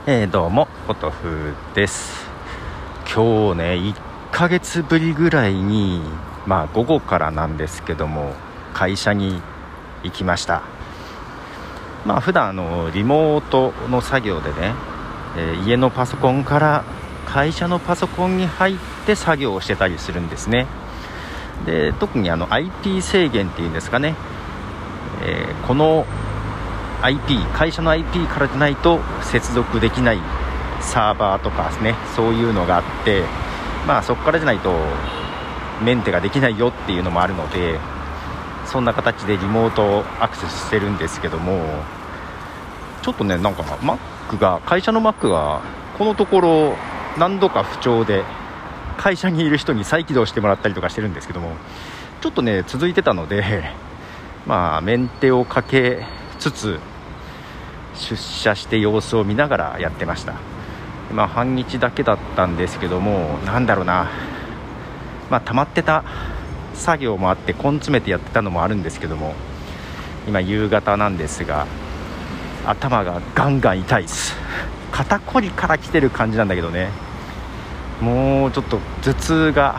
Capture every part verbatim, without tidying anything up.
えー、どうもポトフです。今日ねいっかげつぶりぐらいに、まあ午後からなんですけども会社に行きました。まあ普段あのリモートの作業でね、えー、家のパソコンから会社のパソコンに入って作業をしてたりするんですね。で特にあの アイピー 制限っていうんですかね、えー、このアイピー 会社の アイピー からでないと接続できないサーバーとかですね、そういうのがあって、まあそこからじゃないとメンテができないよっていうのもあるので、そんな形でリモートアクセスしてるんですけども、ちょっとねなんか Mac が会社の Mac がこのところ何度か不調で会社にいる人に再起動してもらったりとかしてるんですけども、ちょっとね続いてたので、まあメンテをかけつつ出社して様子を見ながらやってました。まあ半日だけだったんですけども、なんだろうな、まあ溜まってた作業もあって根詰めてやってたのもあるんですけども、今夕方なんですが頭がガンガン痛いです。肩こりから来てる感じなんだけどね、もうちょっと頭痛が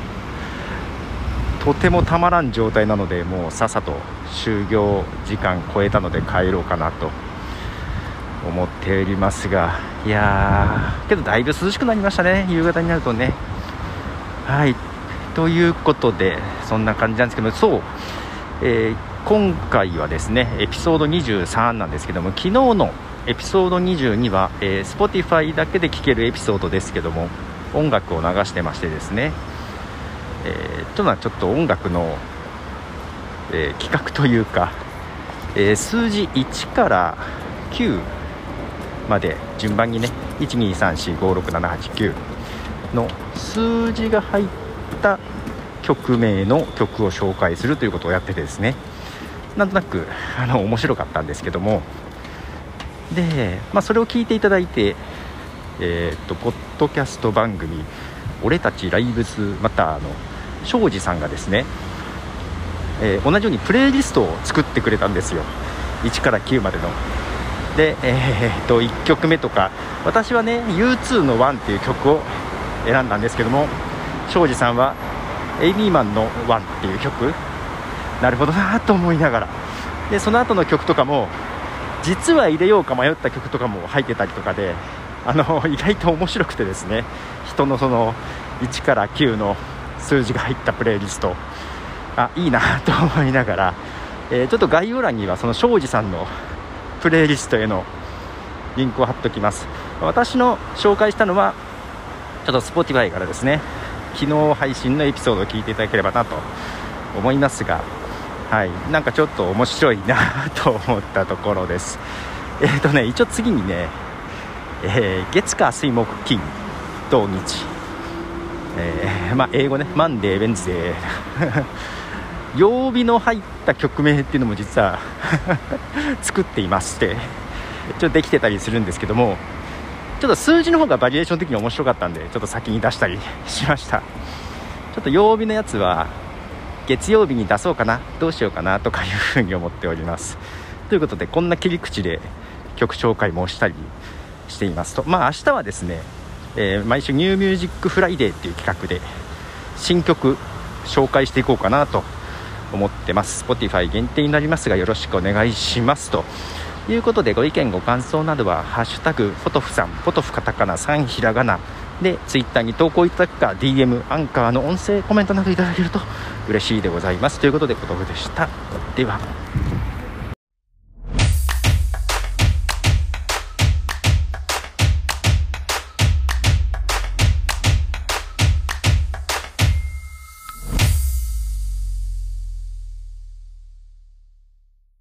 とてもたまらん状態なので、もうさっさと就業時間超えたので帰ろうかなと思っておりますが、いやーけどだいぶ涼しくなりましたね、夕方になるとね。はいということでそんな感じなんですけども、そう、えー、今回はですねエピソードにじゅうさんなんですけども、昨日のエピソードにじゅうには、えー、Spotify だけで聴けるエピソードですけども、音楽を流してましてですね、えー、というのはちょっと音楽の、えー、企画というか、えー、数字いちからきゅうまで順番にね いちにさんしごろくななはちきゅう の数字が入った曲名の曲を紹介するということをやっててですね、なんとなくあの面白かったんですけども、で、まあ、それを聞いていただいて、えー、っとポッドキャスト番組俺たちライブスマターの庄司さんがですね、えー、同じようにプレイリストを作ってくれたんですよ、いちからきゅうまでの。で、えー、っといっきょくめとか、私はね ユーツー のワンっていう曲を選んだんですけども、庄司さんはエイミーマンのワンっていう曲、なるほどなと思いながら、でその後の曲とかも実は入れようか迷った曲とかも入ってたりとかで、あの意外と面白くてですね、人のそのいちからきゅうの数字が入ったプレイリスト、あいいなと思いながら、えー、ちょっと概要欄にはその庄司さんのプレイリストへのリンクを貼っておきます。私の紹介したのはちょっと Spotify からですね、昨日配信のエピソードを聞いていただければなと思いますが、はい、なんかちょっと面白いなと思ったところです。えーとね一応次にね、えー、月火水木金土日、えーまあ、英語ねマンデーウェンズデー曜日の入った曲名っていうのも実は作っていまして、ちょっとできてたりするんですけども、ちょっと数字の方がバリエーション的に面白かったんで、ちょっと先に出したりしました。ちょっと曜日のやつは月曜日に出そうかな、どうしようかなとかいうふうに思っております。ということでこんな切り口で曲紹介もしたりしていますと、まあ明日はですね、えー、毎週ニューミュージックフライデーっていう企画で新曲紹介していこうかなと思ってます。 Spotify 限定になりますがよろしくお願いしますということで、ご意見ご感想などはハッシュタグポトフさん、ポトフカタカナさんひらがなでツイッターに投稿いただくか ディーエム アンカーの音声コメントなどいただけると嬉しいでございます。ということでポトフでした。では。